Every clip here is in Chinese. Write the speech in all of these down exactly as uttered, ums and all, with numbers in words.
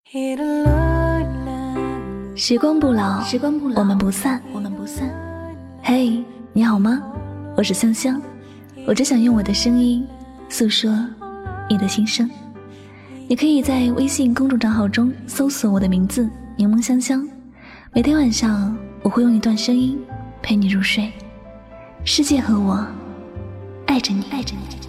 时光不老，时光不老，我们不散，我们不散。嘿、hey, 你好吗？我是香香，我只想用我的声音诉说你的心声。你可以在微信公众账号中搜索我的名字柠檬香香，每天晚上我会用一段声音陪你入睡。世界和我爱着你，爱着你。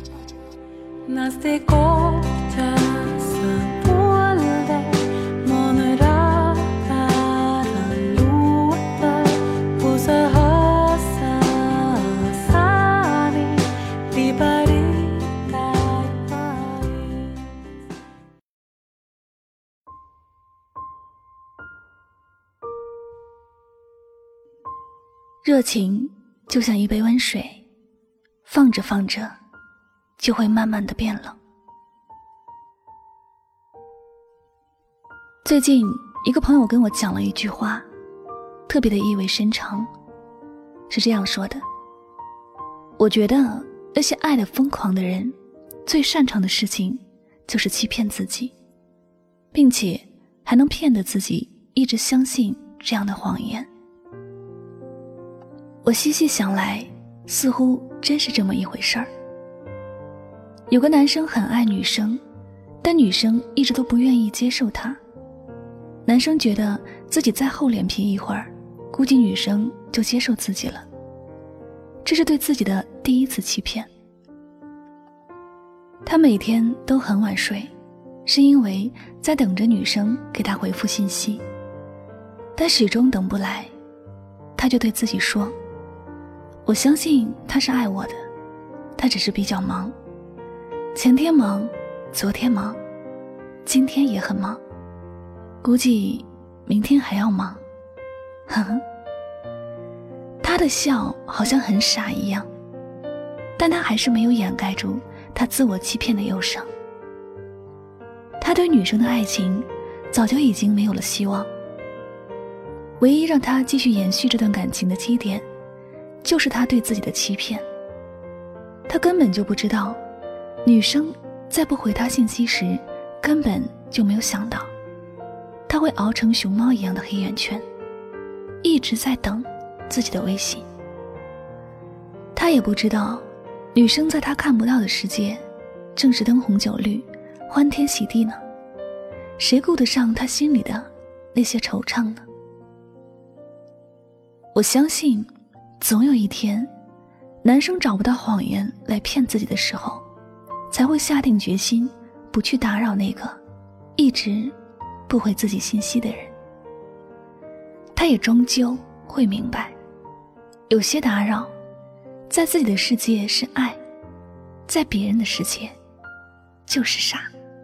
热情就像一杯温水，放着放着就会慢慢的变冷。最近一个朋友跟我讲了一句话，特别的意味深长，是这样说的：我觉得那些爱得疯狂的人最擅长的事情就是欺骗自己，并且还能骗得自己一直相信这样的谎言。我细细想来，似乎真是这么一回事儿。有个男生很爱女生，但女生一直都不愿意接受他。男生觉得自己再厚脸皮一会儿，估计女生就接受自己了。这是对自己的第一次欺骗。他每天都很晚睡，是因为在等着女生给他回复信息，但始终等不来。他就对自己说，我相信他是爱我的，他只是比较忙，前天忙，昨天忙，今天也很忙，估计明天还要忙。呵呵，他的笑好像很傻一样，但他还是没有掩盖住他自我欺骗的忧伤。他对女生的爱情早就已经没有了希望，唯一让他继续延续这段感情的基点就是他对自己的欺骗。他根本就不知道，女生在不回他信息时根本就没有想到他会熬成熊猫一样的黑眼圈，一直在等自己的微信。他也不知道，女生在他看不到的世界正是灯红酒绿，欢天喜地呢，谁顾得上他心里的那些惆怅呢？我相信总有一天，男生找不到谎言来骗自己的时候，才会下定决心不去打扰那个一直不回自己信息的人。他也终究会明白，有些打扰在自己的世界是爱，在别人的世界就是傻。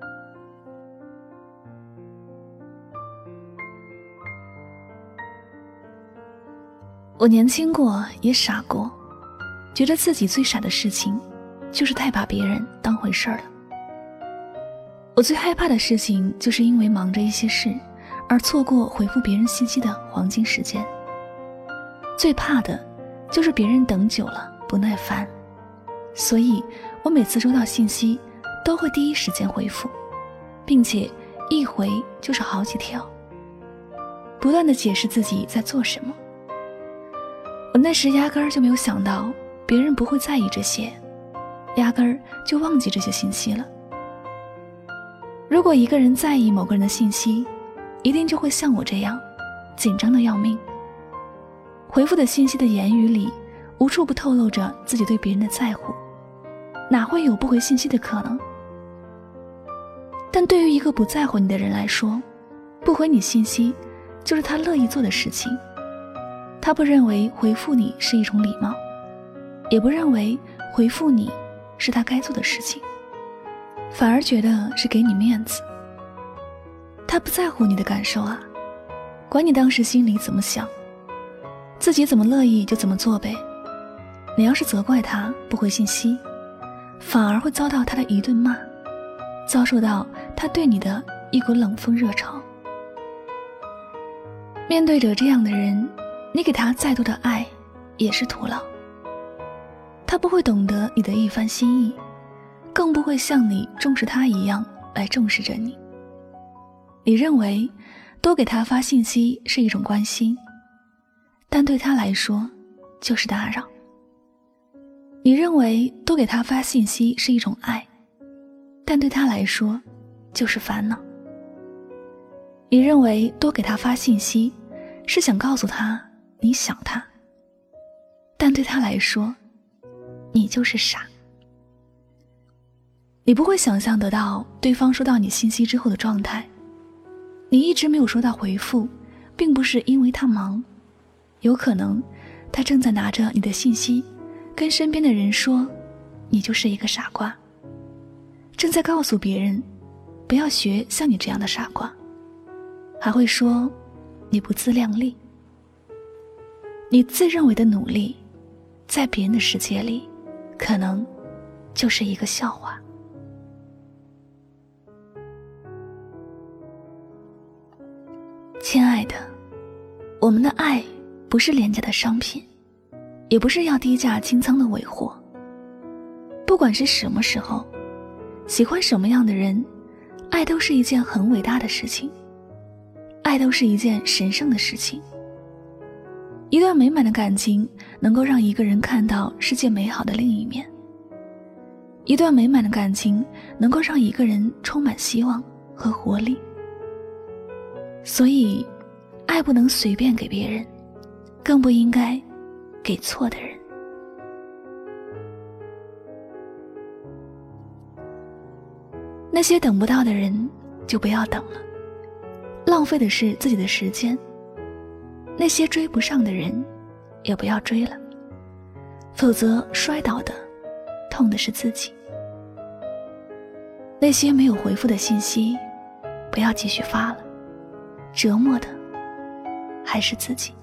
我年轻过，也傻过，觉得自己最傻的事情就是太把别人当回事儿了。我最害怕的事情就是因为忙着一些事而错过回复别人信息的黄金时间。最怕的就是别人等久了不耐烦，所以我每次收到信息都会第一时间回复，并且一回就是好几条，不断地解释自己在做什么。我那时压根儿就没有想到别人不会在意这些，压根儿就忘记这些信息了。如果一个人在意某个人的信息，一定就会像我这样紧张的要命。回复的信息的言语里无处不透露着自己对别人的在乎，哪会有不回信息的可能？但对于一个不在乎你的人来说，不回你信息就是他乐意做的事情。他不认为回复你是一种礼貌，也不认为回复你是他该做的事情，反而觉得是给你面子。他不在乎你的感受啊，管你当时心里怎么想，自己怎么乐意就怎么做呗。你要是责怪他不回信息，反而会遭到他的一顿骂，遭受到他对你的一股冷风热潮。面对着这样的人，你给他再多的爱也是徒劳。他不会懂得你的一番心意，更不会像你重视他一样来重视着你。 你认为多给他发信息是一种关心，但对他来说就是打扰。你认为多给他发信息是一种爱，但对他来说就是烦恼。你认为多给他发信息是想告诉他你想他，但对他来说你就是傻。你不会想象得到对方收到你信息之后的状态，你一直没有收到回复，并不是因为他忙，有可能他正在拿着你的信息跟身边的人说你就是一个傻瓜，正在告诉别人不要学像你这样的傻瓜，还会说你不自量力。你自认为的努力，在别人的世界里可能就是一个笑话。亲爱的，我们的爱不是廉价的商品，也不是要低价清仓的尾货。不管是什么时候，喜欢什么样的人，爱都是一件很伟大的事情，爱都是一件神圣的事情。一段美满的感情能够让一个人看到世界美好的另一面，一段美满的感情能够让一个人充满希望和活力。所以爱不能随便给别人，更不应该给错的人。那些等不到的人就不要等了，浪费的是自己的时间。那些追不上的人也不要追了，否则摔倒的痛的是自己。那些没有回复的信息不要继续发了，折磨的还是自己。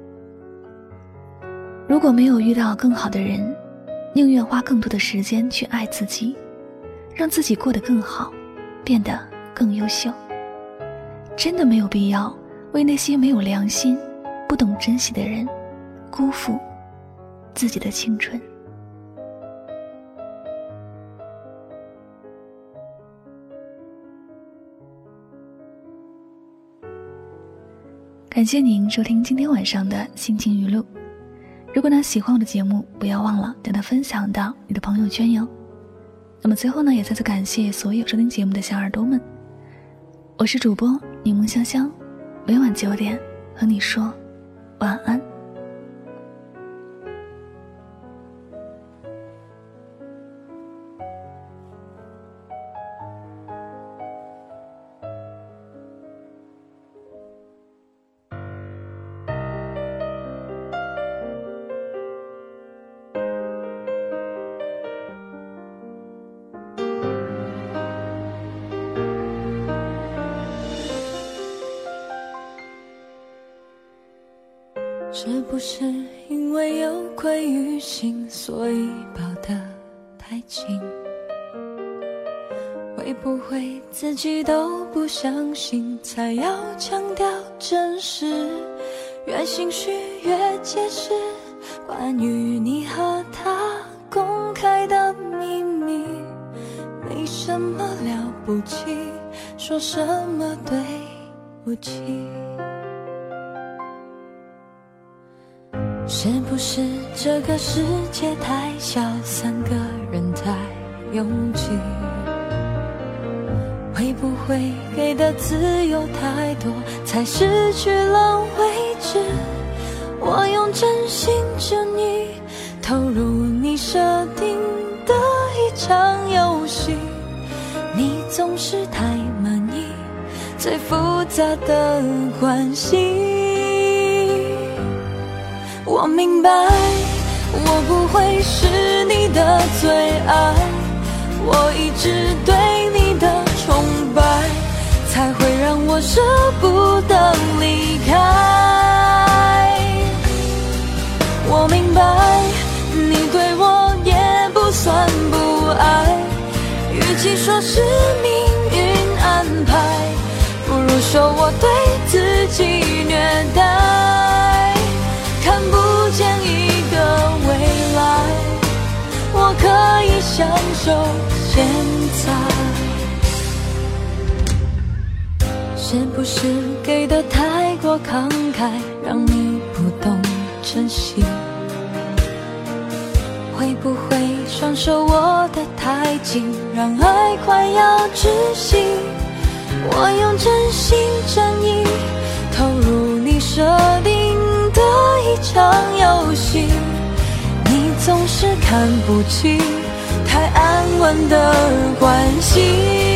如果没有遇到更好的人，宁愿花更多的时间去爱自己，让自己过得更好，变得更优秀。真的没有必要为那些没有良心、不懂珍惜的人辜负自己的青春。感谢您收听今天晚上的心情语录。如果呢喜欢我的节目，不要忘了将它分享到你的朋友圈哟。那么最后呢，也再次感谢所有收听节目的小耳朵们。我是主播柠檬香香，每晚九点和你说晚安。 是不是因为有愧于心，所以抱得太紧？会不会自己都不相信，才要强调真实？越心虚越解释关于你和他公开的秘密，没什么了不起，说什么对不起。是不是这个世界太小，三个人太拥挤？会不会给的自由太多，才失去了位置？我用真心真意投入你设定的一场游戏，你总是太满意最复杂的关系。我明白我不会是你的最爱，我一直对你的崇拜，才会让我舍不得离开。我明白你对我也不算不爱，与其说是命运安排，不如说我对自己虐待。看不见一个未来，我可以享受现在。 是不是给的太过慷慨，让你不懂珍惜？会不会双手握得太紧，让爱快要窒息？我用真心真意投入你设定的一场游戏，你总是看不清太安稳的关系。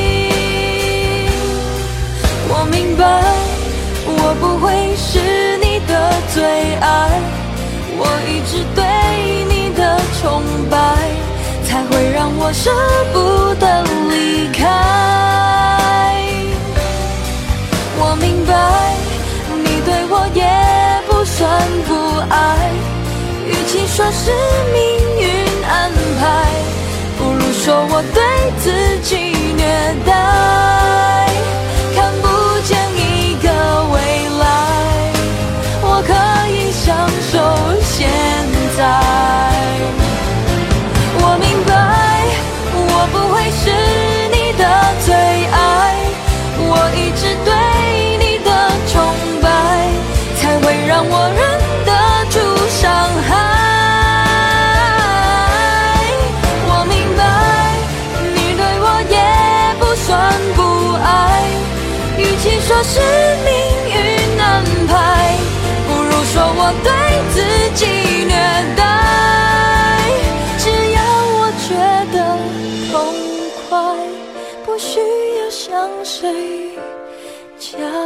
我明白，我不会是你的最爱，我一直对你的崇拜，才会让我舍不得离开。我明白，你对我也不算不爱，与其说是命运安排，不如说我对自己虐待。看不见一个未来，我可以享受现在。我明白，我不会是你的最爱，我一直对你的崇拜，才会让我忍得住伤害。我明白，你对我也不算不爱，与其说是命运安排，不如说我对自己虐待。只要我觉得痛快，不需要向谁交